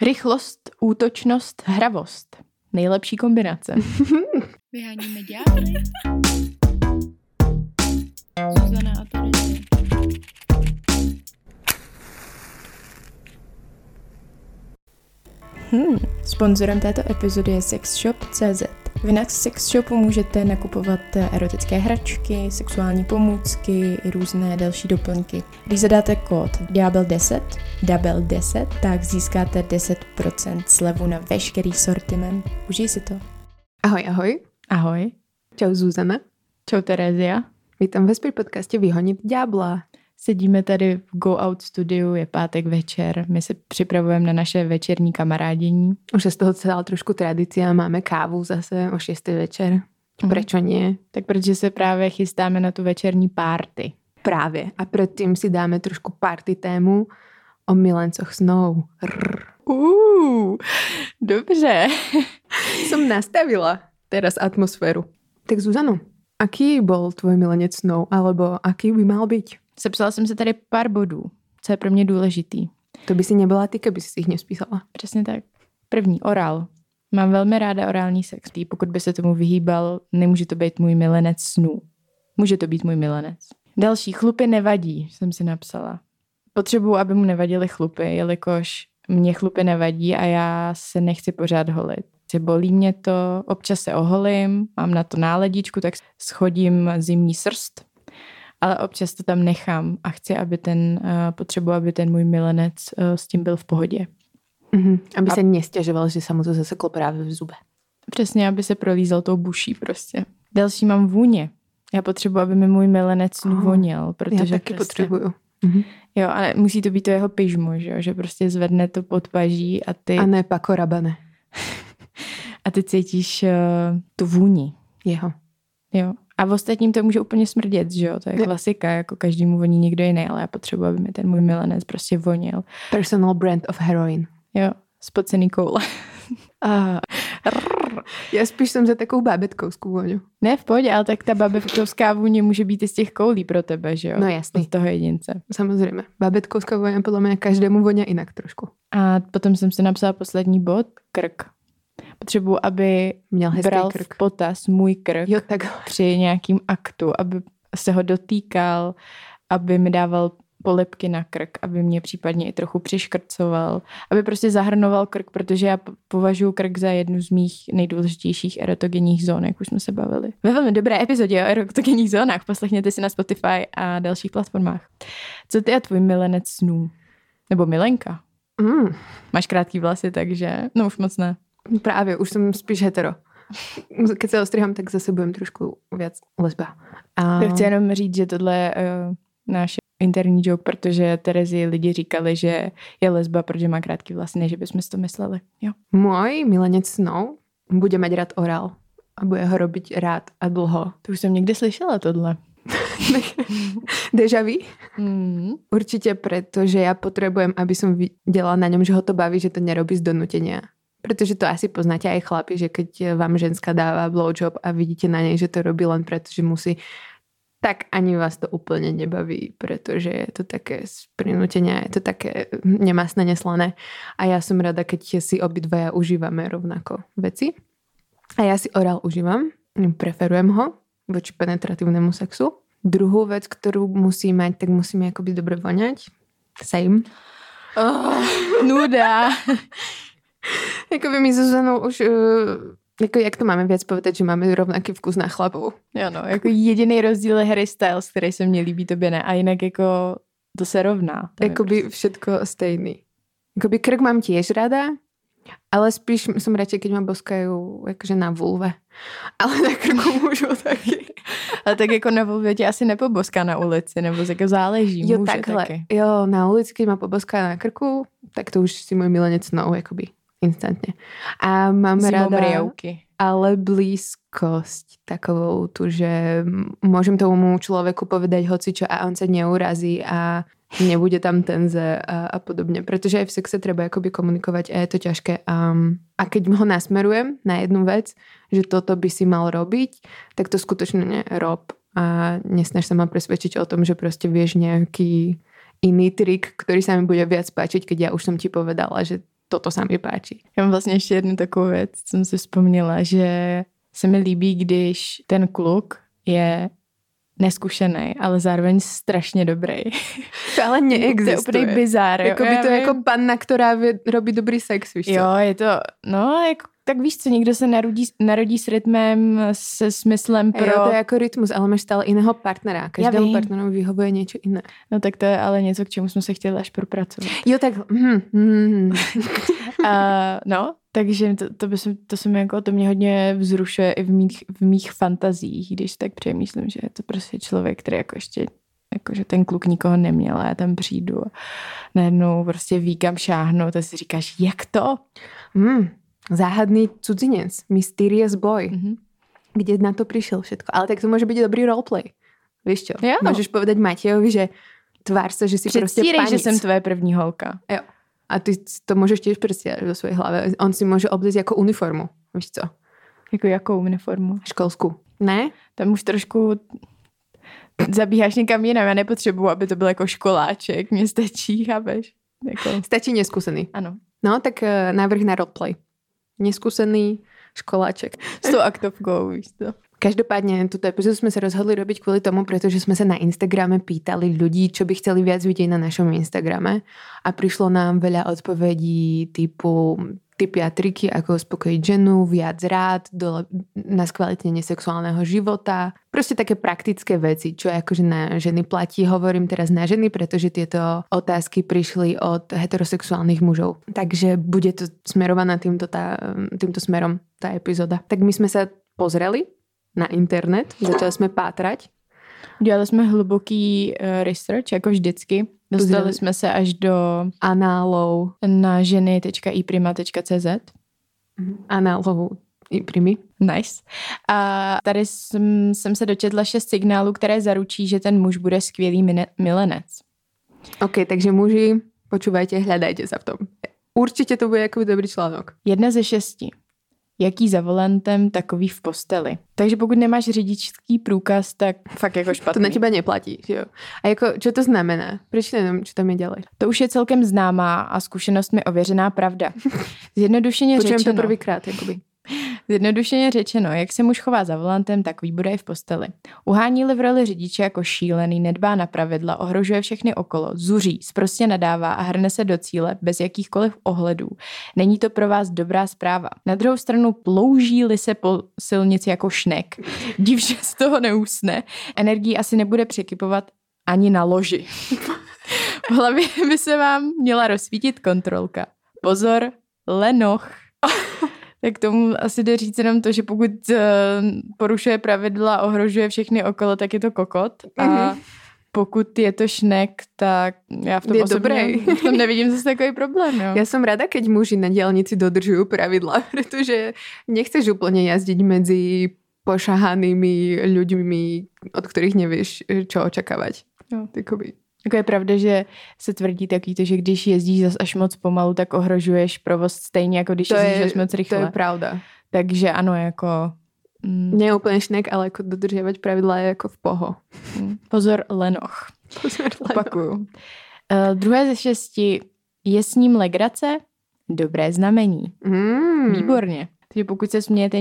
Rychlost, útočnost, hravost. Nejlepší kombinace. Vyháníme ďábly. Zuzana a Terezie. Sponzorem této epizody je sexshop.cz. Vy na sexshopu můžete nakupovat erotické hračky, sexuální pomůcky i různé další doplňky. Když zadáte kód DABEL10, tak získáte 10% slevu na veškerý sortiment. Užij si to. Ahoj, ahoj. Ahoj. Čau Zuzana. Čau Terezia. Vítám ve podcastě Vyhonit ďábla. Sedíme tady v Go Out studiu, je pátek večer, my se připravujeme na naše večerní kamarádění. Už se z toho celá trošku tradice a máme kávu zase o 6. večer. Prečo nie? Tak protože se právě chystáme na tu večerní party. Právě. A predtým si dáme trošku party tému o milencoch snov. Dobře. Som nastavila teraz atmosféru. Tak Zuzano, aký bol tvoj milenec snov? Alebo aký by mal byť? Sepsala jsem se tady pár bodů, co je pro mě důležitý. To by si nebyla ty, keby si ich nespísala. Přesně tak. První, orál. Mám velmi ráda orální sex. Pokud by se tomu vyhýbal, nemůže to být můj milenec snů. Může to být můj milenec. Další, chlupy nevadí, jsem si napsala. Potřebuji, aby mu nevadily chlupy, jelikož mě chlupy nevadí a já se nechci pořád holit. Bolí mě to, občas se oholím, mám na to náledičku, tak schodím zimní srst, ale občas to tam nechám a chci, potřebuji, aby ten můj milenec s tím byl v pohodě. Aby se nestěžoval, že se mu to zaseklo právě v zube. Přesně, aby se prolízal tou buší prostě. Další, mám vůně. Já potřebuji, aby mi můj milenec voněl, protože já taky potřebuju. Jo, ale musí to být to jeho pyžmo, že prostě zvedne to podpaží a ty... A ne Paco Rabanne. A ty cítíš tu vůni. Jeho. Jo. A v ostatním to může úplně smrdět, že jo? To je klasika, jako každému voní někdo jiný, ale já potřebuji, aby mi ten můj milenec prostě vonil. Personal brand of heroin. Jo, spocený koule. Já spíš jsem za takovou bábetkovskou vůňu. Ne, v pohodě, ale tak ta bábetkovská vůně může být i z těch koulí pro tebe, že jo? No jasný. Od toho jedince. Samozřejmě. Bábetkovská vůně podle mě každému voně jinak trošku. A potom jsem si napsala poslední bod, krk. Potřebuji, aby bral v potaz můj krk při nějakým aktu, aby se ho dotýkal, aby mi dával polibky na krk, aby mě případně i trochu přiškrcoval, aby prostě zahrnoval krk, protože já považuji krk za jednu z mých nejdůležitějších erotogenních zón, jak už jsme se bavili. Ve velmi dobré epizodě o erotogenních zónách, poslechněte si na Spotify a dalších platformách. Co ty a tvůj milenec snů? Nebo milenka? Máš krátký vlasy, takže no už moc ne. Právě, už jsem spíš hetero. Keď se ostrihám, tak zase budem trošku víc lesba. Já chci jenom říct, že tohle je náš interní joke, protože Terezi lidi říkali, že je lesba, protože má krátký vlasy, ne, že bychom si to mysleli. Jo. Můj milenec snov bude mať rád orál a bude ho robiť rád a dlho. To už jsem někde slyšela tohle. Deja vu? Určite, pretože ja potrebujem, aby som videla na ňom, že ho to baví, že to nerobí z donútenia. Pretože to asi poznáte aj chlapi, že keď vám ženská dáva blowjob a vidíte na nej, že to robí len preto, že musí, tak ani vás to úplne nebaví, pretože je to také z prinútenia, je to také nemastné, neslané. A ja som rada, keď si obidvaja užívame rovnako veci. A ja si orál užívam, preferujem ho voči penetratívnemu sexu. Druhú vec, ktorú musí mať, tak musíme akoby dobre voňať. Same. Nuda. Jakoby my Zuzanou už, jako jak to máme věc povedať, že máme rovnaký vkus na chlapů. Ano, jako jediný rozdíl je Harry Styles, který se mně líbí, tobě ne. A jinak jako to se rovná. Jakoby prostě všetko stejný. Jakoby krk mám tiež rada, ale spíš som radšej, keď ma boskajú jakože na vulve. Ale na krku můžu taky. Ale tak jako na vulvě tě asi nepoboská na ulici, nebo jako záleží. Jo, může takhle. Taky. Jo, na ulici, keď ma poboská na krku, tak to už si môj milenec snov, jakoby instantne. A mám rada ale blízkosť takovou tu, že môžem tomu človeku povedať hocičo a on sa neurazí a nebude tam tenze a podobne. Pretože aj v sexe treba akoby komunikovať a je to ťažké. A keď ho nasmerujem na jednu vec, že toto by si mal robiť, tak to skutočne rob. A nesnaž sa ma presvedčiť o tom, že proste vieš nejaký iný trik, ktorý sa mi bude viac páčiť, keď ja už som ti povedala, že toto sa mi páči. Já mám vlastně ještě jednu takovou věc, jsem si vzpomněla, že se mi líbí, když ten kluk je neskušený, ale zároveň strašně dobrý. To ale neexistuje. To je úplný bizár. Jako by to je jako panna, která robí dobrý sex, víš co? Jo, je to, no, jako, tak víš co, někdo se narodí s rytmem, se smyslem pro... Jo, to je jako rytmus, ale máš stále jiného partnera. Každému partnerovi vyhovuje něco jiné. No tak to je ale něco, k čemu jsme se chtěli až propracovat. Jo, tak... No, takže to mě hodně vzrušuje i v mých fantazích, když tak přemýšlím, že je to prostě člověk, který jako ještě jakože ten kluk nikoho neměl a já tam přijdu a najednou prostě ví, kam šáhnout a si říkáš, jak to? Záhadný cudzinec, mysterious boy. Kde na to prišiel všetko. Ale tak to môže byť dobrý roleplay. Víš čo? Jo. Môžeš povedať Matejovi, že tvár sa, že si prostě panic. že jsem tvoje první holka. Jo. A ty to môžeš tiež predstierať do svojej hlave. On si môže obliecť jako uniformu. Víš co? Jako jakou uniformu? Školskou. Ne? Tam už trošku zabíháš někam jinam. Já nepotřebuji, aby to byl jako školáček. Mně stačí, chápeš? Jako... Stačí neskúsený. Ano. No, tak návrh na roleplay. Neskúsený školáček. S tou aktovkou, víš to. Každopádne, túto epizódu sme sa rozhodli robiť kvôli tomu, pretože sme sa na Instagrame pýtali ľudí, čo by chceli viac vidieť na našom Instagrame a prišlo nám veľa odpovedí typu tipy a triky, ako uspokojiť ženu, viac rád, na skvalitnenie sexuálneho života. Proste také praktické veci, čo akože na ženy platí. Hovorím teraz na ženy, pretože tieto otázky prišli od heterosexuálnych mužov. Takže bude to smerovaná týmto smerom tá epizóda. Tak my sme sa pozreli na internet, začali jsme pátrať. Dělali jsme hluboký research, jako vždycky. Dostali jsme se až do análov na ženy.iprima.cz. Análov iprimy. Nice. A tady jsem se dočetla 6 signálů, které zaručí, že ten muž bude skvělý milenec. OK, takže muži, počúvajte, hľadajte sa v tom. Určitě to bude jako dobrý článok. 1 ze 6. Jaký za volantem, takový v posteli. Takže pokud nemáš řidičský průkaz, tak fakt jako špatný. To na teba neplatí, že jo? A jako, čo to znamená? Proč nevím, čo tam je ďalej? To už je celkem známá a zkušenostmi ověřená pravda. Zjednodušeně řečeno... Počujem to prvýkrát, jakoby. Zjednodušeně řečeno, jak se muž chová za volantem, takový bude i v posteli. Uhání-li v roli řidiče jako šílený, nedbá na pravidla, ohrožuje všechny okolo, zuří, sprostě nadává a hrne se do cíle bez jakýchkoliv ohledů. Není to pro vás dobrá zpráva. Na druhou stranu plouží-li se po silnici jako šnek. Div, že z toho neusne. Energii asi nebude překypovat ani na loži. V hlavě by se vám měla rozsvítit kontrolka. Pozor, lenoch. Tak tomu asi jde říct jenom to, že pokud porušuje pravidla, ohrožuje všechny okolo, tak je to kokot. A pokud je to šnek, tak já v tom osobně v tom nevidím zase takový problém. Jo. Ja som rada, keď muži na diaľnici dodržujú pravidla, pretože nechceš úplne jazdiť medzi pošahanými ľuďmi, od ktorých nevieš, čo očakávať. Jo. Jako je pravda, že se tvrdí takový, že když jezdíš zas až moc pomalu, tak ohrožuješ provoz stejně, jako když jezdíš až moc rychle. To je pravda. Takže ano, jako... Nie je úplne šnek, ale jako dodržiavať pravidla je jako v poho. Pozor, lenoch. Opakuju. 2 ze 6. Je s ním legrace? Dobré znamení. Výborně. Takže pokud se smějete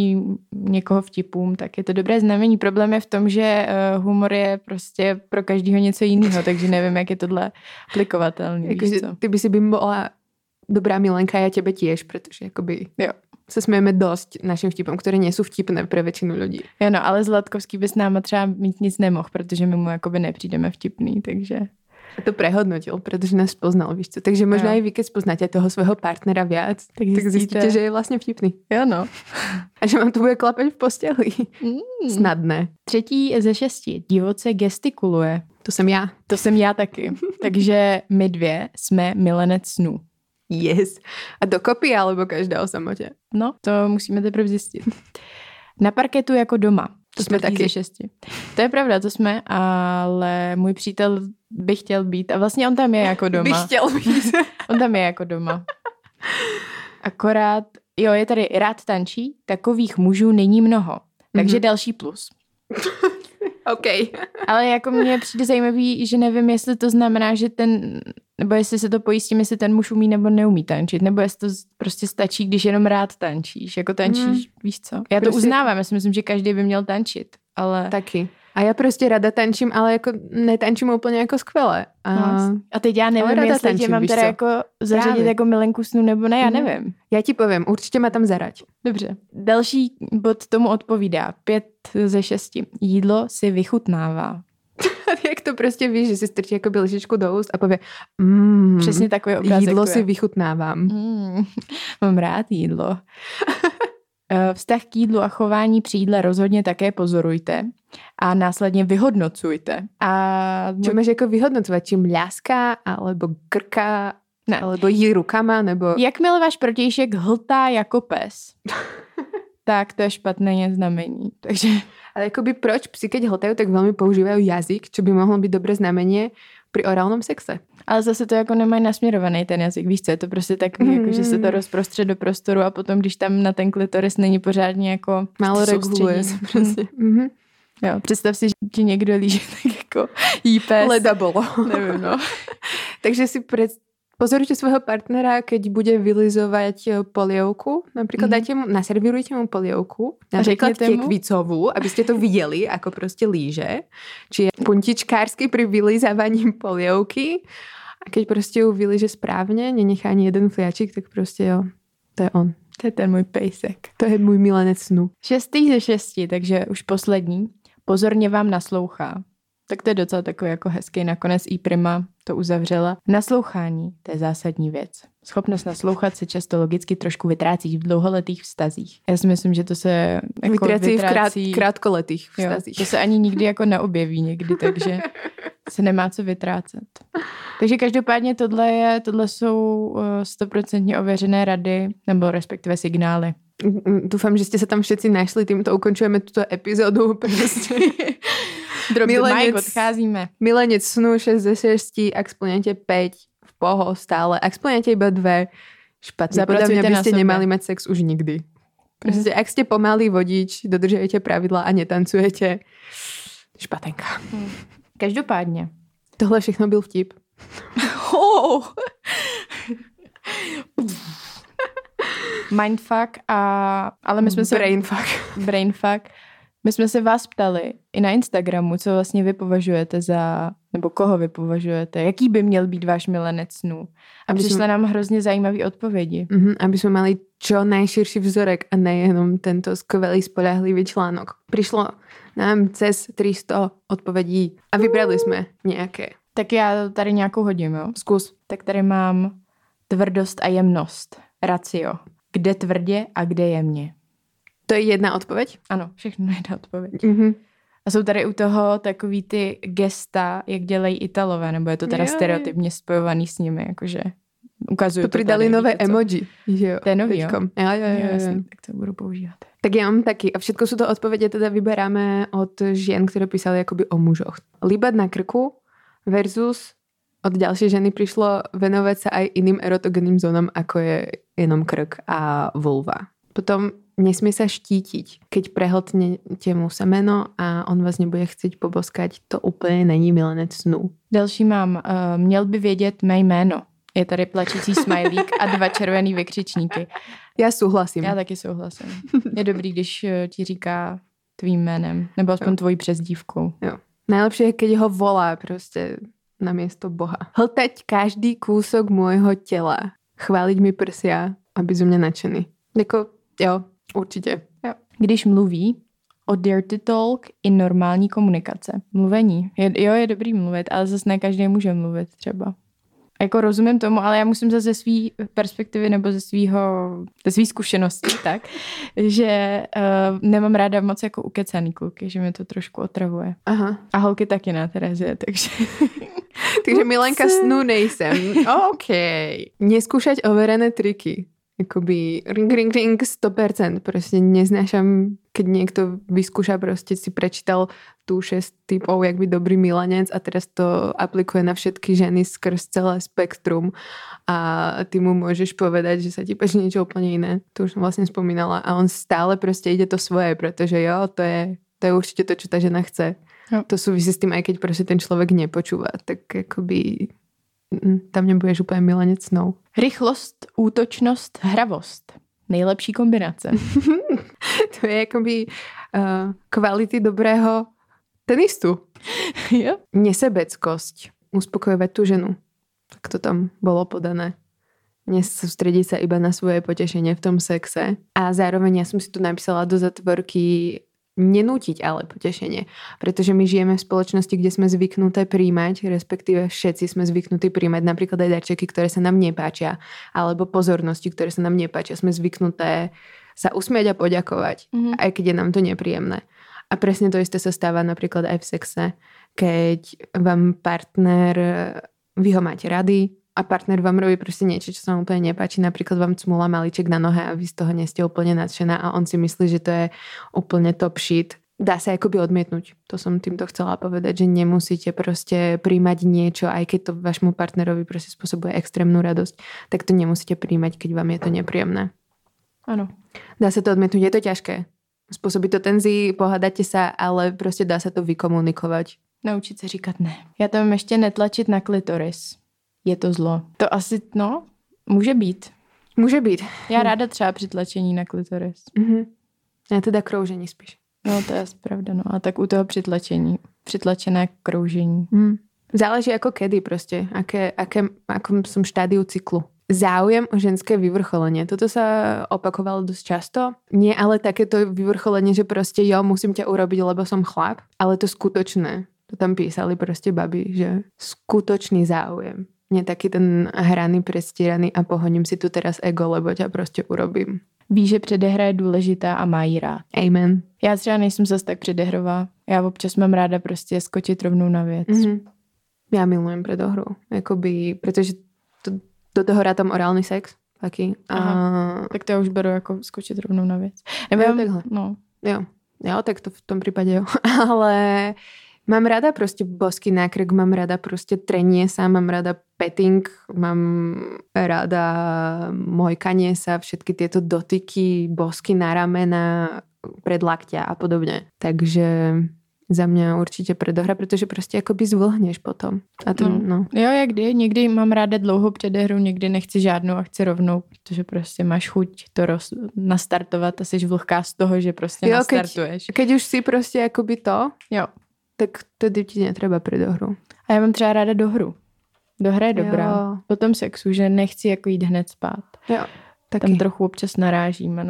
někoho vtipům, tak je to dobré znamení. Problém je v tom, že humor je prostě pro každého něco jiného, takže nevím, jak je tohle aplikovatelný. Ty by si byla dobrá milenka, já tebe tiež, protože jakoby se smějeme dost našim vtipům, které nejsou vtipné pro většinu lidí. Jo, no, ale Zlatkovský by s náma třeba mít nic nemohl, protože my mu jakoby nepřijdeme vtipný, takže... A to prehodnotil, protože nás poznal, víš co. Takže možná i vy, keď spoznáte toho svého partnera viac, tak zjistíte, že je vlastně vtipný. Jo, no. A že vám to bude klapať v posteli. Snadné. 3 ze 6. Divoce gestikuluje. To jsem já. To jsem já taky. Takže my 2 jsme milenec snů. Yes. A dokopy, alebo každá o samotě? No, to musíme teprve zjistit. Na parketu jako doma. To jsme taky. 6. To je pravda, to jsme, ale můj přítel by chtěl být. A vlastně on tam je jako doma. By chtěl být. On tam je jako doma. Akorát, jo, je tady rád tančí, takových mužů není mnoho. Takže další plus. OK. Ale jako mně přijde zajímavý, že nevím, jestli to znamená, že ten nebo jestli se to pojí s tím, jestli ten muž umí nebo neumí tančit, nebo jestli to prostě stačí, když jenom rád tančíš. Jako tančíš, víš co? Já to uznávám, já si myslím, že každý by měl tančit, ale... Taky. A já prostě rada tančím, ale jako netančím úplně jako skvěle. A teď já nevím, jestli tančím, tě mám teda jako zařadit jako milenku snu nebo ne, já nevím. Já ti povím, určitě má tam zarať. Dobře. Další bod tomu odpovídá. 5 ze 6. Jídlo si vychutnává. Jak to prostě víš, že si strčí jako lžičku do úst a pově přesně takový obrázek. Jídlo si vychutnávám. Mám rád jídlo. Vztah k jídlu a chování při jídle rozhodně také pozorujte a následně vyhodnocujte. A čo máš jako vyhodnocovat? Či mľaská, alebo krká, ne. Alebo jí rukama, nebo... Jakmile váš protějšek hltá jako pes, tak to je špatné znamení. Takže... Ale jakoby proč psi, keď hltajú, tak veľmi používajú jazyk, čo by mohlo byť dobré znamenie pri orálnom sexe. Ale zase to jako nemají nasměrovaný ten jazyk, víš co, je to prostě takový, jako, že se to rozprostře do prostoru a potom, když tam na ten klitoris není pořádně jako... Málo reguluje. Jo, představ si, že ti někdo líže, tak jako jí pes. Leda bolo. Nevím, no. Takže si pozorujte svojho partnera, keď bude vylizovať polievku. Napríklad naservírujte mu polievku. Napríklad tekvicovú, aby ste to videli, ako proste líže. Či je puntičkársky pri vylizávaní polievky. A keď proste ju vylíže správne, nenechá ani jeden fliačik, tak proste jo, to je on. To je ten můj pejsek. To je můj milenec snu. 6 ze 6, takže už poslední. Pozorně vám naslouchá. Tak to je docela takový jako hezký. Nakonec i Prima to uzavřela. Naslouchání, to je zásadní věc. Schopnost naslouchat se často logicky trošku vytrácí v dlouholetých vztazích. Já si myslím, že to se jako vytrácí v krátkoletých vztazích. Jo, to se ani nikdy jako neobjeví někdy, takže se nemá co vytrácet. Takže každopádně tohle jsou 100% ověřené rady, nebo respektive signály. Dúfam, že ste sa tam všetci našli, týmto ukončujeme túto epizódu. Milenec, odcházíme. Milenec snu 6 ze 6, ak splňate 5, v poho stále. Ak splňate iba 2, špatne. Podľa mňa by ste nemali mať sex už nikdy. Proste, ak ste pomalý vodič, dodržujete pravidla a netancujete, špatenka. Každopádně. Tohle všechno byl vtip. Mindfuck ale my jsme se... Brainfuck. My jsme se vás ptali i na Instagramu, co vlastně vy považujete za, nebo koho vy považujete, jaký by měl být váš milenec snů. A přišly nám hrozně zajímavé odpovědi. Aby jsme mali čo najširší vzorek a nejenom tento skvelý, spoľahlivý článok. Přišlo nám cez 300 odpovědí a vybrali jsme nějaké. Tak já tady nějakou hodím, jo? Zkus. Tak tady mám tvrdost a jemnost. Ratio. Kde tvrdě a kde jemně. To je jedna odpověď? Ano, všechno je jedna odpověď. A jsou tady u toho takový ty gesta, jak dělají Italové, nebo je to teda stereotypně spojovaný s nimi, jakože ukazují to přidali tady, nové emoji. Jo, to je nový, jo? Jo. Jasný, tak to budu používat. Tak já mám taky. A všetko jsou to odpovědi, teda vyberáme od žien, které písali jakoby o mužoch. Líbať na krku versus od ďalšej ženy prišlo venovať sa aj iným erotogeným zónam, ako je jenom krk a vulva. Potom nesmie sa štítiť. Keď prehltnete mu semeno a on vás nebude chcieť poboskať, to úplně není milenec snů. Další mám. Měl by vědět mé jméno. Je tady plačící smajlík a 2 červený vykřičníky. Já souhlasím. Já taky souhlasím. Je dobrý, když ti říká tvým jménem, nebo aspoň tvojí přezdívkou. Jo. Najlepšie je, keď ho volá prostě na miesto Boha. Hltať každý kúsok môjho tela. Chváliť mi prsia, aby zo mňa nadšený. Jako, jo, určitě. Jo. Když mluví o dirty talk i normální komunikace. Mluvení. Je dobrý mluvit, ale zase ne každý může mluvit třeba. Jako rozumím tomu, ale já musím ze své perspektivy nebo ze svý zkušenosti, tak, že nemám ráda moc jako ukecaný kluky, že mi to trošku otravuje. Aha. A holky taky na Terezie, takže... Takže milenka snů nejsem. OK. Neskúšať overené triky. Jakoby ring 100%. Prostě neznášam, keď niekto vyskúša, prostě si prečítal tu 6 typov, jak by dobrý milenec a teraz to aplikuje na všetky ženy skrz celé spektrum a ty mu môžeš povedať, že sa ti páči niečo úplne iné. To už som vlastne spomínala a on stále prostě ide to svoje, protože jo, to je určite to, čo ta žena chce. Jo. To súvisí s tým, aj keď prostě ten človek nepočúva, tak jakoby tam nebudeš úplně milenec snov. Rychlost, útočnost, hravost. Nejlepší kombinace. To je jakoby kvality dobrého tenistu. Jo. Nesebeckosť. Uspokojovať tú ženu. Tak to tam bolo podané. Nesústrediť sa iba na svoje potešenie v tom sexe. A zároveň ja som si tu napísala do zatvorky nenútiť ale potešenie. Pretože my žijeme v spoločnosti, kde sme zvyknuté príjmať, respektíve všetci sme zvyknutí príjmať napríklad aj darčeky, ktoré sa nám nepáčia, alebo pozornosti, ktoré sa nám nepáčia. Sme zvyknuté sa usmiať a poďakovať, aj keď je nám to nepríjemné. A presne to isté sa stáva napríklad aj v sexe, keď vám partner, vy ho máte rady a partner vám robí proste niečo, čo sa vám úplne nepáči. Napríklad vám cmula malíček na nohe a vy z toho nie ste úplne nadšená a on si myslí, že to je úplne top shit. Dá sa akoby odmietnúť. To som týmto chcela povedať, že nemusíte proste príjmať niečo, aj keď to vašmu partnerovi proste spôsobuje extrémnu radosť, tak to nemusíte príjmať, keď vám je to nepríjemné. Áno. Dá sa to odmietnúť, je to ťažké. Spôsobí to tenzii, pohádate sa, ale prostě dá se to vykomunikovat. Naučit se říkat ne. Já tam ještě netlačit na klitoris. Je to zlo. To asi, může být. Může být. Já ráda třeba přitlačení na klitoris. Já teda kroužení spíš. No to je pravda, no. A tak u toho přitlačené kroužení. Záleží jako kedy prostě, akom som štádiu cyklu. Záujem o ženské vyvrcholenie. Toto sa opakovalo dosť často. Nie ale takéto vyvrcholenie, že proste musím ťa urobiť, lebo som chlap, ale to skutočné. To tam písali proste babi, že skutočný záujem. Nie taký ten hraný, prestíraný a pohoním si tu teraz ego, lebo ťa proste urobím. Ví, že předehra je důležitá a má jí rád. Amen. Já třeba nejsem zas tak předehrová. Já občas mám ráda prostě skočit rovnou na věc. Ja milujem predohru. Jakoby, pretože do toho rátam orálny sex taky. Tak to já už beru jako skočit rovnou na věc. Nebo takhle. No. Jo, tak to v tom prípade jo. Ale mám rada proste bosky na krk, mám rada proste trenie sa, mám rada petting, mám rada mojkanie sa, všetky tieto dotyky, bosky na ramena, pred lakťa a podobne. Takže za mě určitě predohra, protože prostě jakoby zvlhneš potom. A to, Jo, jak někdy mám ráda dlouhou předehru, někdy nechci žádnou a chci rovnou, protože prostě máš chuť to nastartovat a jsi vlhká z toho, že prostě nastartuješ. Keď už si prostě jakoby to, tak tedy ti netreba predohru. A já mám třeba ráda dohru. Dohra je dobrá. Po tom sexu, že nechci jako jít hned spát. Jo, taky. Tam trochu občas narážíme,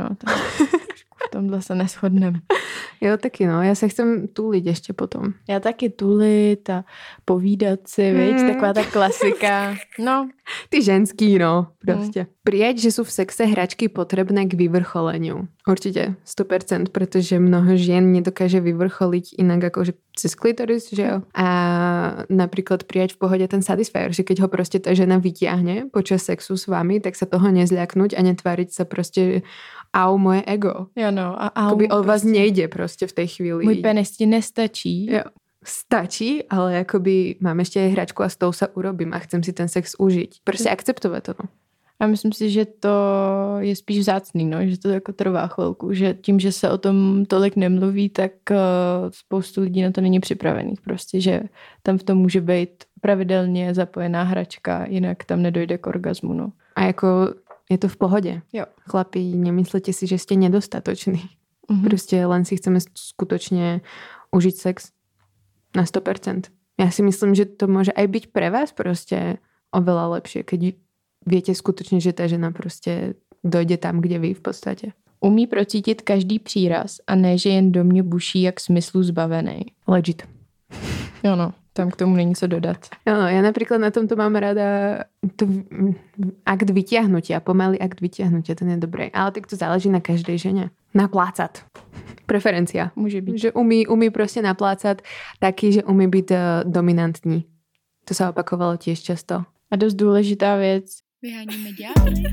v tomhle se neshodneme. Jo, taky já se chcem tulit ještě potom. Já taky tulit a povídat si, viď? Taková ta klasika. No. Ty ženský, prostě. Prijať, že sú v sexe hračky potrebné k vyvrcholeniu. Určite, 100%, protože mnoho žien nedokáže vyvrcholiť inak ako že cez klitoris, že jo? A napríklad prijať v pohode ten satisfier, že keď ho prostě ta žena vytiahne počas sexu s vami, tak sa toho nezľaknúť a netváriť sa prostě moje ego. Jo, no. A Jakoby od vás nejde prostě v té chvíli. Můj penis ti nestačí. Jo. Stačí, ale jakoby mám ještě aj hračku a s tou sa urobím a chcem si ten sex užiť. Prostě akceptovat to, A myslím si, že to je spíš vzácný, že to jako trvá chvilku, že tím, že se o tom tolik nemluví, tak spoustu lidí na to není připravených. Prostě, že tam v tom může být pravidelně zapojená hračka, jinak tam nedojde k orgazmu. A jako je to v pohodě. Jo. Chlapi, nemyslete si, že ste nedostatoční. Prostě len si chceme skutočne užiť sex na 100%. Ja si myslím, že to môže aj byť pre vás prostě oveľa lepšie, keď viete skutočne, že ta žena prostě dojde tam, kde vy v podstatě. Umí procítit každý příraz a ne, že jen do mě buší jak smyslu zbavený. Legit. Jo, no. Tam k tomu není co dodat. Jo, ja napríklad na tomto mám rada to akt vytiahnutia, pomalý akt vytiahnutia, ten je dobrý. Ale tak to záleží na každej žene. Naplácat. Preferencia. Může být. Že umí prostě naplácat taky, že umí být dominantní. To sa opakovalo tiež často. A dost důležitá věc. Vyháníme ďábly.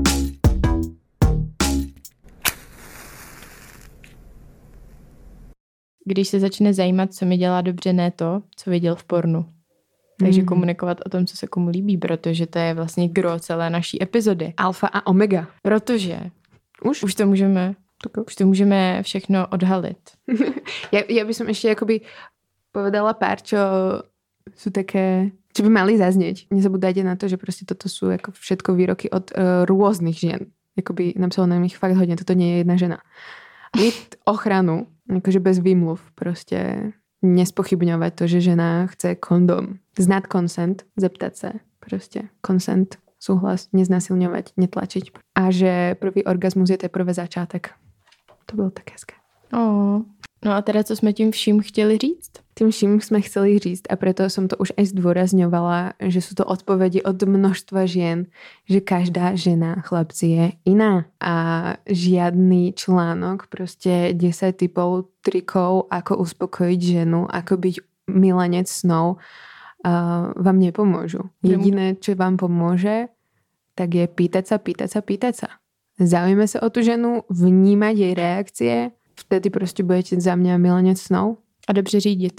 Když se začne zajímat, co mi dělá dobře, ne to, co viděl v pornu. Takže komunikovat o tom, co se komu líbí, protože to je vlastně gro celé naší epizody. Alfa a omega. Protože už to můžeme všechno odhalit. ja by som ešte akoby povedala pár, čo sú také čo by mali zaznieť. Nezabúdajte na to, že proste toto sú ako všetko výroky od rôznych žien. Jakoby napsalo na nich fakt hodne, toto nie je jedna žena. Mít ochranu, akože bez výmluv, proste nespochybňovať to, že žena chce kondom. Znát consent, zeptať sa, proste consent, súhlas, neznásilňovať, netlačiť. A že prvý orgazmus je teprve začátek. To bylo tak hezké. No a teda, co jsme tím vším chtěli říct? Tým vším jsme chceli říct a preto som to už aj zdôrazňovala, že sú to odpovedi od množstva žien, že každá žena, chlapci, je iná a žiadny článok, proste 10 typov, trikov, ako uspokojiť ženu, ako byť milenec snov, vám nepomôžu. Jediné, čo vám pomôže, tak je pýtať sa. Zaujíme sa o tú ženu, vnímať jej reakcie, vtedy prostě budete za mňa milenec snov. A dobře řídit.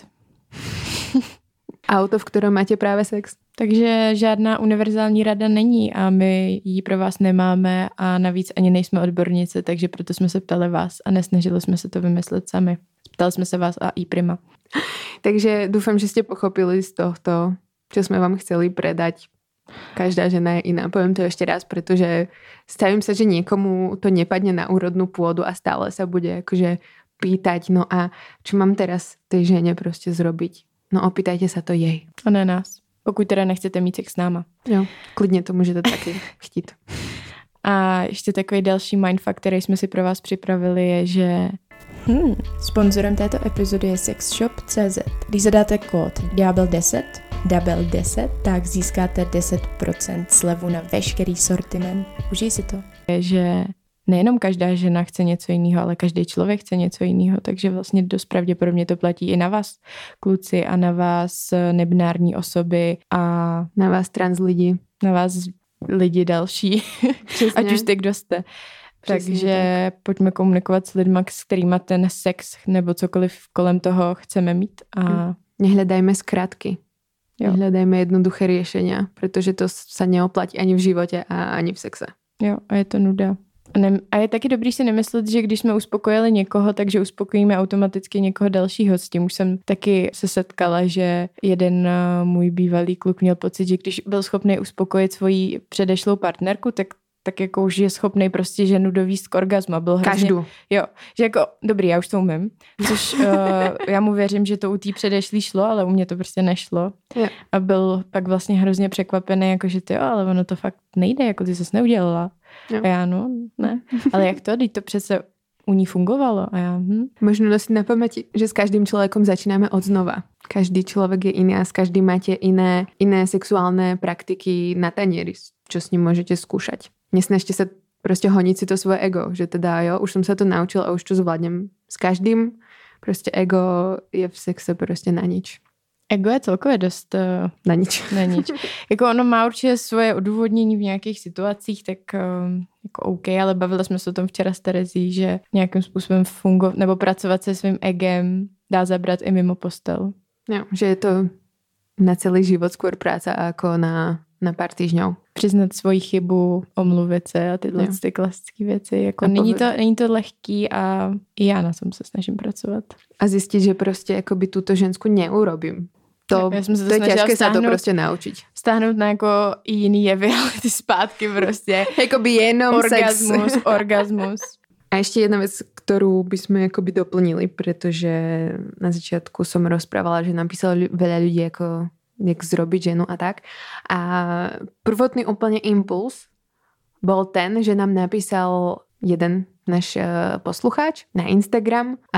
Auto, v kterém máte právě sex. Takže žádná univerzální rada není a my ji pro vás nemáme a navíc ani nejsme odbornice, takže proto jsme se ptali vás a nesnažili jsme se to vymyslet sami. Ptali jsme se vás a i prima. Takže dúfam, že ste pochopili z tohto, čo sme vám chceli predať. Každá žena je iná. Poviem to ešte raz, pretože stavím sa, že niekomu to nepadne na úrodnú pôdu a stále sa bude akože pýtať, no a čo mám teraz tej žene prostě zrobiť? No opýtajte sa to jej. A ne nás. Pokud teda nechcete mít sex s náma. Jo, klidně to můžete taky chtít. A ještě takový další mindfuck, který jsme si pro vás připravili, je, že sponzorem této epizody je sexshop.cz. Když zadáte kód DABEL10, tak získáte 10% slevu na veškerý sortiment. Užij si to. Je, že nejenom každá žena chce něco jiného, ale každý člověk chce něco jiného, takže vlastně dost pravděpodobně to platí i na vás, kluci, a na vás nebinární osoby a na vás trans lidi. Na vás lidi další. Ať už jste, kdo jste. Takže pojďme komunikovat s lidma, s kterýma ten sex nebo cokoliv kolem toho chceme mít. A nehľadajme skratky. Nehľadajme jednoduché riešenia, protože to sa neoplatí ani v životě a ani v sexe. Jo, a je to nuda. A je taky dobrý si nemyslet, že když jsme uspokojili někoho, takže uspokojíme automaticky někoho dalšího. S tím už jsem taky se setkala, že jeden můj bývalý kluk měl pocit, že když byl schopný uspokojit svoji předešlou partnerku, tak jako už je schopný prostě ženu dovíst k orgazmu. Byl hrozně, každou. Jo, že jako dobrý, já už to umím. Což já mu věřím, že to u té předešlý šlo, ale u mě to prostě nešlo. Jo. A byl pak vlastně hrozně překvapený, jako že ty ale ono to fakt nejde, jako ty ses neudělala. Jo. A já ne. Ale jak to? Teď to přece u ní fungovalo. A já, Možno nosiť na pamäti, že s každým človekom začínáme od znova. Každý človek je iný a s každým máte iné sexuálne praktiky na tanieri, čo s ním môžete skúšať. Nesnažte sa proste honiť si to svoje ego, že teda jo, už som sa to naučil a už to zvládnem. S každým proste ego je v sexe proste na nič. Ego je celkově dost na nič. Jako ono má určitě svoje odůvodnění v nějakých situacích, tak jako OK, ale bavili jsme se o tom včera s Terezí, že nějakým způsobem fungovat nebo pracovat se svým egem dá zabrat i mimo postel. Jo, že je to na celý život skôr práca ako na pár týždňov. Přiznat svoji chybu, omluvit se a tyhle ty klasické věci. Jako není to lehký a i já na tom se snažím pracovat. A zjistit, že prostě akoby túto žensku neurobím. To je ťažké sa to prostě naučiť. Stáhnout na jako i jiný jevy, ale ty zpátky prostě. Jakoby jenom orgasmus. A ešte jedna vec, ktorú by sme akoby doplnili, pretože na začiatku som rozprávala, že napísalo veľa ľudí, ako jak zrobiť ženu a tak. A prvotný úplne impuls bol ten, že nám napísal jeden náš poslucháč na Instagram a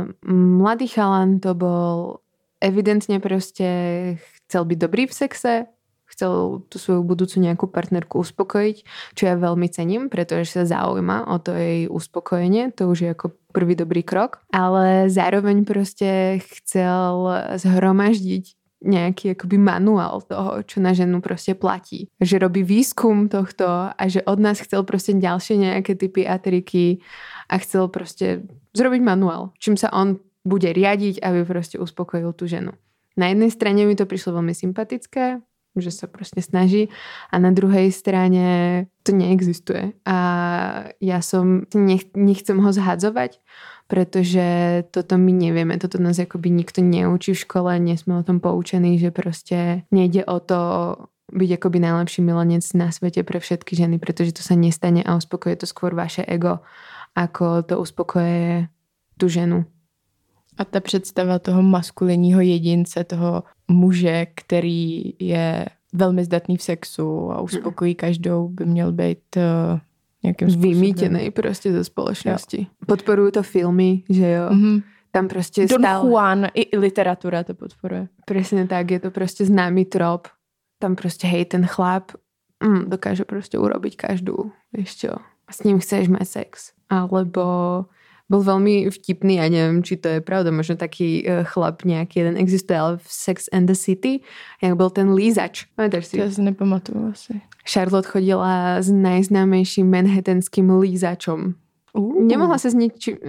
mladý chalan to bol evidentne proste chcel byť dobrý v sexe, chcel tú svoju budúcu nejakú partnerku uspokojiť, čo ja veľmi cením, pretože sa zaujíma o to jej uspokojenie, to už je ako prvý dobrý krok, ale zároveň proste chcel zhromaždiť nejaký akoby manuál toho, čo na ženu proste platí. Že robí výskum tohto a že od nás chcel proste ďalšie nejaké typy a triky a chcel proste zrobiť manuál, čím sa on bude riadiť, aby proste uspokojil tú ženu. Na jednej strane mi to prišlo veľmi sympatické, že sa proste snaží a na druhej strane to neexistuje. A ja nechcem ho zhadzovať, pretože toto my nevieme, toto nás akoby nikto neučí v škole, nie sme o tom poučení, že proste nejde o to byť akoby najlepší milenec na svete pre všetky ženy, pretože to sa nestane a uspokojí to skôr vaše ego, ako to uspokoje tu ženu. A ta představa toho maskulinního jedince, toho muže, který je velmi zdatný v sexu a uspokojí každou, by měl být nějakým způsobem vymítený prostě ze společnosti. Jo. Podporují to filmy, že jo. Mm-hmm. Tam prostě Don Juan, i literatura to podporuje. Presne tak, je to prostě známý trop. Tam prostě hej, ten chlap dokáže prostě urobiť každú, vieš čo. S ním chceš mať sex. Alebo bol veľmi vtipný, ja neviem, či to je pravda, možno taký chlap nejaký jeden existuje, ale v Sex and the City, jak bol ten lízač. Pamätáš si? Ja si nepamatuju asi. Charlotte chodila s najznámejším manhattanským lízačom. Nemohla sa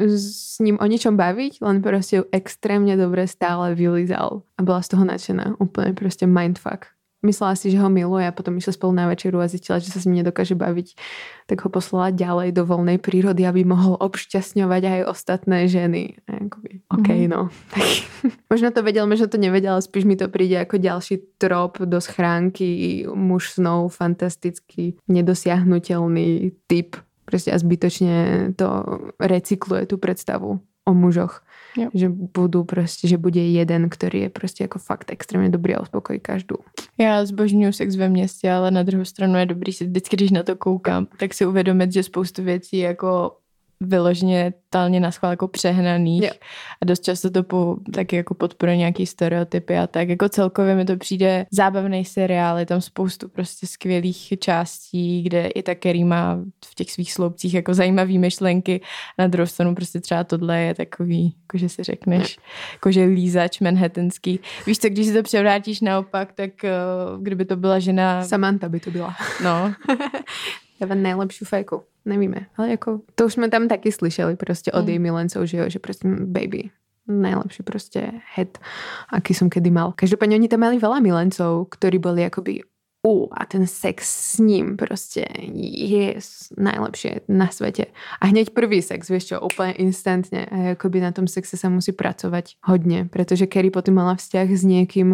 s ním o ničom baviť, len proste ju extrémne dobre stále vylízal. A bola z toho nadšená. Úplne proste mindfuck. Myslela si, že ho miluje a potom išla spolu na večeru a zistila, že sa s ním nedokáže baviť. Tak ho poslala ďalej do voľnej prírody, aby mohol obšťastňovať aj ostatné ženy. Okej, no. Možno to vedel, možno to nevedel, ale spíš mi to príde ako ďalší trop do schránky muž snov, fantastický, nedosiahnutelný typ. Proste a zbytočne to recykluje tú predstavu o mužoch. Jo. Že budú proste, že bude jeden, ktorý je proste ako fakt extrémně dobrý a uspokojí každou. Já zbožňuju sex ve městě, ale na druhou stranu je dobrý si vždycky, když na to koukám, tak si uvědomit, že spoustu věcí jako vyloženě totálně naschvál jako přehnaných. Jo. A dost často to taky jako podporuje nějaký stereotypy a tak. Jako celkově mi to přijde zábavný seriál, je tam spoustu prostě skvělých částí, kde i ta Carrie má v těch svých sloupcích jako zajímavý myšlenky. Na druhou stranu prostě třeba tohle je takový, jakože si řekneš, jakože lízač manhattanský. Víš co, když si to převrátíš naopak, tak kdyby to byla žena... Samantha by to byla. No. Dáva najlepšiu fajku. Nevíme, ale jako to už jsme tam taky slyšeli prostě od jej milencov, že jo, že prostě baby, najlepší prostě head, aký som kedy mal. Každopádně oni tam mali veľa milencov, ktorí boli akoby a ten sex s ním prostě je najlepšie na svete. A hneď prvý sex, vieš čo, úplne instantne. A akoby na tom sexe sa musí pracovať hodně, protože Carrie potom mala vzťah s niekým,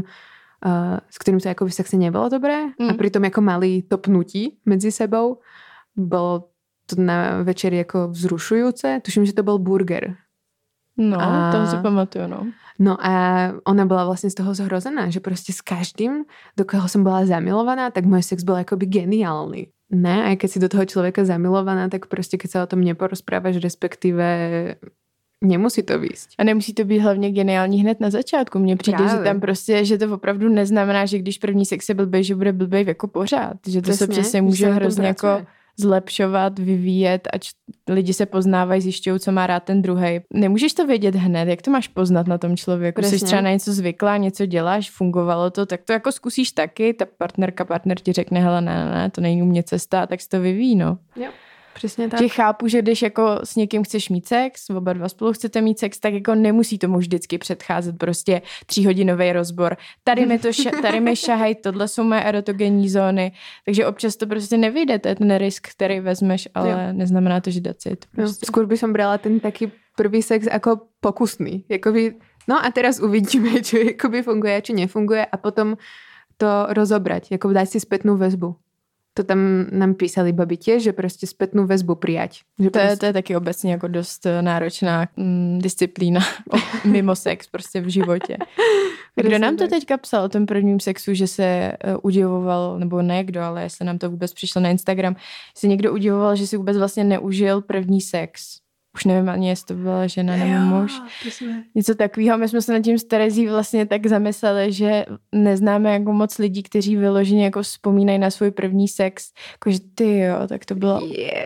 s ktorým to akoby v sexe nebolo dobré a pritom ako mali to pnutí medzi sebou. Bolo to na večeri jako vzrušujúce. Tuším, že to byl burger. No, to si pamatuju, no. No a ona byla vlastně z toho zhrozená, že prostě s každým, do koho jsem byla zamilovaná, tak můj sex byl jakoby geniální. Ne, a keď si do toho člověka zamilovaná, tak prostě keď se o tom neporozprávaš, respektive nemusí to výjsť. A nemusí to být hlavně geniální hned na začátku. Mně přijde, právě. Že tam prostě, že to opravdu neznamená, že když první sex je blbej, že bude blbej jako pořád. Že to přesně, se přesně může hrozně jako zlepšovat, vyvíjet, ať lidi se poznávají, zjišťují, co má rád ten druhej. Nemůžeš to vědět hned, jak to máš poznat na tom člověku. Jsi třeba na něco zvyklá, něco děláš, fungovalo to, tak to jako zkusíš taky, ta partner ti řekne, hele, ne, to není u mě cesta, tak se to vyvíjí, no. Jo. Přesně tak. Že chápu, že když jako s někým chceš mít sex, oba dva spolu chcete mít sex, tak jako nemusí tomu vždycky předcházet prostě 3hodinový rozbor. Tady mi šahaj, tohle jsou moje erotogenní zóny, takže občas to prostě nevyjde, to je ten risk, který vezmeš, ale jo. Neznamená to, že dacit. Prostě. Skôr by som brala ten taký prvý sex jako pokusný. Jakoby, no a teraz uvidíme, či jakoby funguje, či nefunguje a potom to rozobrať, jako dať si spätnú väzbu. To tam nám písali babi tiež, že prostě spätnú väzbu prijať. Že to je taky obecně jako dost náročná disciplína mimo sex prostě v životě. Kdo nám to teďka psal o tom prvním sexu, že se udivoval, nebo ne kdo, ale jestli nám to vůbec přišlo na Instagram, že někdo udivoval, že si vůbec vlastně neužil první sex. Už nevím ani, jestli to byla žena nebo muž. Něco takového. My jsme se nad tím s Terezí vlastně tak zamysleli, že neznáme jako moc lidí, kteří vyloženě jako vzpomínají na svůj první sex. Jakože ty jo, tak to bylo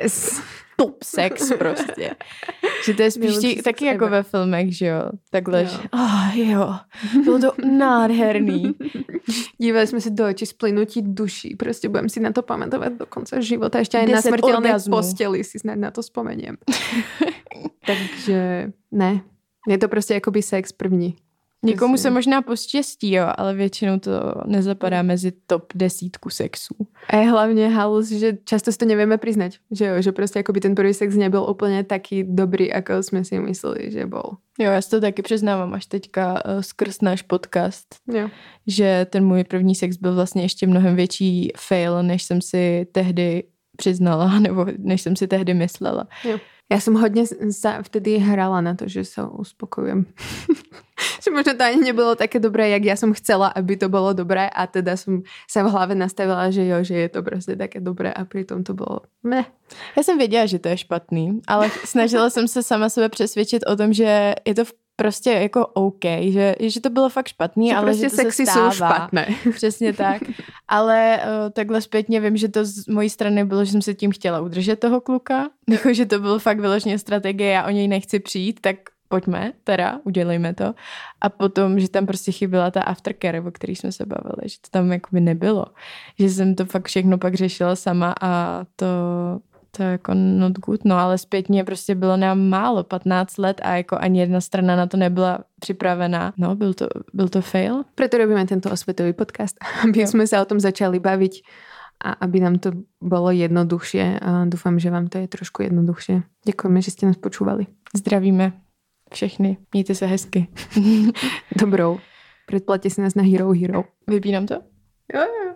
top sex prostě. Že to je spíš taky jako ve filmech, že jo. Takhle, že jo, bylo to nádherný. Dívali jsme si do očí splynutí duší. Prostě budem si na to pamatovat do konce života. Ještě aj na smrtelné posteli si snad na to vzpomeniem. Takže ne. Je to prostě jakoby sex první. Někomu se možná poštěstí, jo, ale většinou to nezapadá mezi top 10 sexů. A je hlavně halus, že často si to nevieme priznať, že jo, že prostě akoby ten prvý sex nebyl úplně taký dobrý, ako jsme si mysleli, že bol. Jo, já si to taky přiznávám až teďka skrz náš podcast, jo. Že ten můj první sex byl vlastně ještě mnohem větší fail, než jsem si tehdy přiznala, nebo než jsem si tehdy myslela. Jo. Ja som hodne sa vtedy hrala na to, že sa uspokojujem. Že možno to ani nebylo také dobré, jak ja som chcela, aby to bolo dobré a teda som sa v hlave nastavila, že jo, že je to prostě také dobré a pritom to bylo meh. Já jsem věděla, že to je špatný, ale snažila jsem se sama sebe přesvědčit o tom, že je to prostě jako OK, že to bylo fakt špatný, že ale prostě že to sexy se stává. jsou špatné. Přesně tak. Ale takhle zpětně vím, že to z mojí strany bylo, že jsem se tím chtěla udržet toho kluka. Jako, že to bylo fakt vyloženě strategie, já o něj nechci přijít, tak pojďme, teda, udělejme to. A potom, že tam prostě chyběla ta aftercare, o který jsme se bavili, že to tam jakoby nebylo. Že jsem to fakt všechno pak řešila sama a to je jako not good, no ale zpětně prostě bylo nám málo, 15 let a jako ani jedna strana na to nebyla připravená. No, byl to fail. Preto robíme tento osvetový podcast, aby sme sa o tom začali baviť a aby nám to bolo jednoduchšie a dúfam, že vám to je trošku jednoduchšie. Ďakujeme, že ste nás počúvali. Zdravíme všechny. Mějte se hezky. Dobrou. Predplaťte si nás na Hero. Vypínám to? Jo.